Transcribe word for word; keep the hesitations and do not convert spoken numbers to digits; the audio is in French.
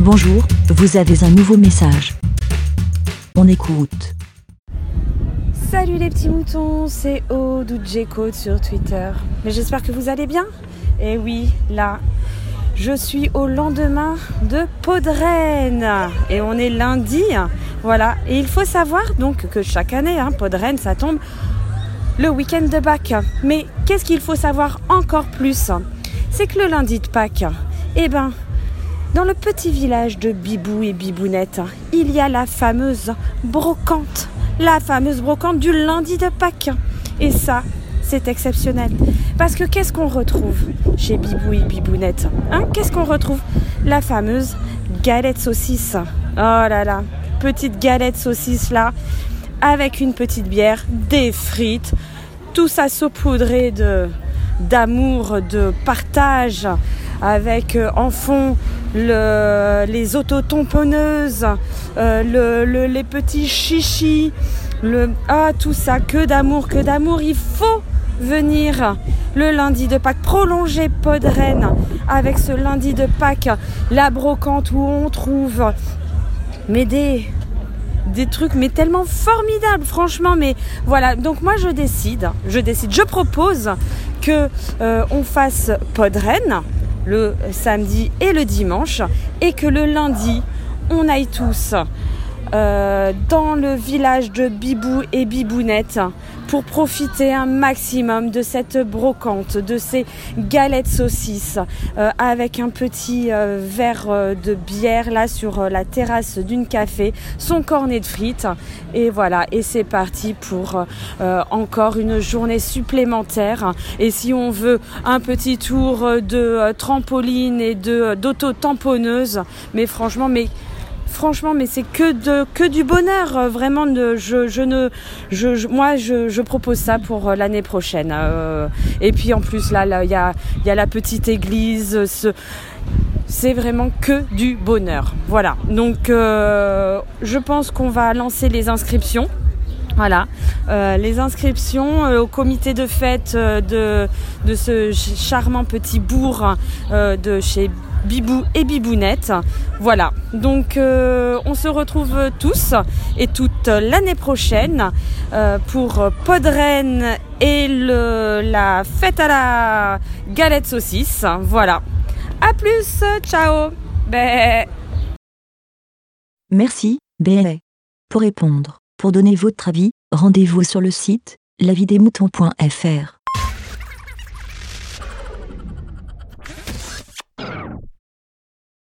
Bonjour, vous avez un nouveau message. On écoute. Salut les petits moutons, c'est Aude ou J-Code sur Twitter. Mais j'espère que vous allez bien. Et oui, là, je suis au lendemain de Podren. Et on est lundi. Voilà. Et il faut savoir donc que chaque année, hein, Podren, ça tombe le week-end de Pâques. Mais qu'est-ce qu'il faut savoir encore plus ? C'est que le lundi de Pâques, eh ben, dans le petit village de Bibou et Bibounette, il y a la fameuse brocante. La fameuse brocante du lundi de Pâques. Et ça, c'est exceptionnel. Parce que qu'est-ce qu'on retrouve chez Bibou et Bibounette, hein ? Qu'est-ce qu'on retrouve ? La fameuse galette saucisse. Oh là là, petite galette saucisse là, avec une petite bière, des frites, tout ça saupoudré de, d'amour, de partage, avec euh, en fond le, les autotamponneuses, euh, le, le, les petits chichis, le, ah, tout ça, que d'amour, que d'amour. Il faut venir le lundi de Pâques, prolonger Podren avec ce lundi de Pâques, la brocante où on trouve mais des, des trucs mais tellement formidables, franchement. Mais voilà, donc moi je décide, je décide, je propose que euh, on fasse Podren le samedi et le dimanche, et que le lundi, on aille tous euh, dans le village de Bibou et Bibounette pour profiter un maximum de cette brocante, de ces galettes saucisses, euh, avec un petit euh, verre euh, de bière là sur euh, la terrasse d'une café, son cornet de frites, et voilà, et c'est parti pour euh, encore une journée supplémentaire. Et si on veut un petit tour de euh, trampoline et de euh, d'auto-tamponneuse, mais franchement, mais Franchement, mais c'est que de que du bonheur, vraiment. De, je, je ne, je, je, moi, je, je propose ça pour l'année prochaine. Euh, et puis en plus là, là, il y a, il y a la petite église. Ce, c'est vraiment que du bonheur. Voilà. Donc, euh, je pense qu'on va lancer les inscriptions. Voilà, euh, les inscriptions euh, au comité de fête euh, de, de ce charmant petit bourg euh, de chez Bibou et Bibounette. Voilà, donc euh, on se retrouve tous et toutes l'année prochaine euh, pour Podren et le, la fête à la galette saucisse. Voilà, à plus, ciao. Bé. Merci, bé. Pour répondre, pour donner votre avis, rendez-vous sur le site la vie des moutons point f r.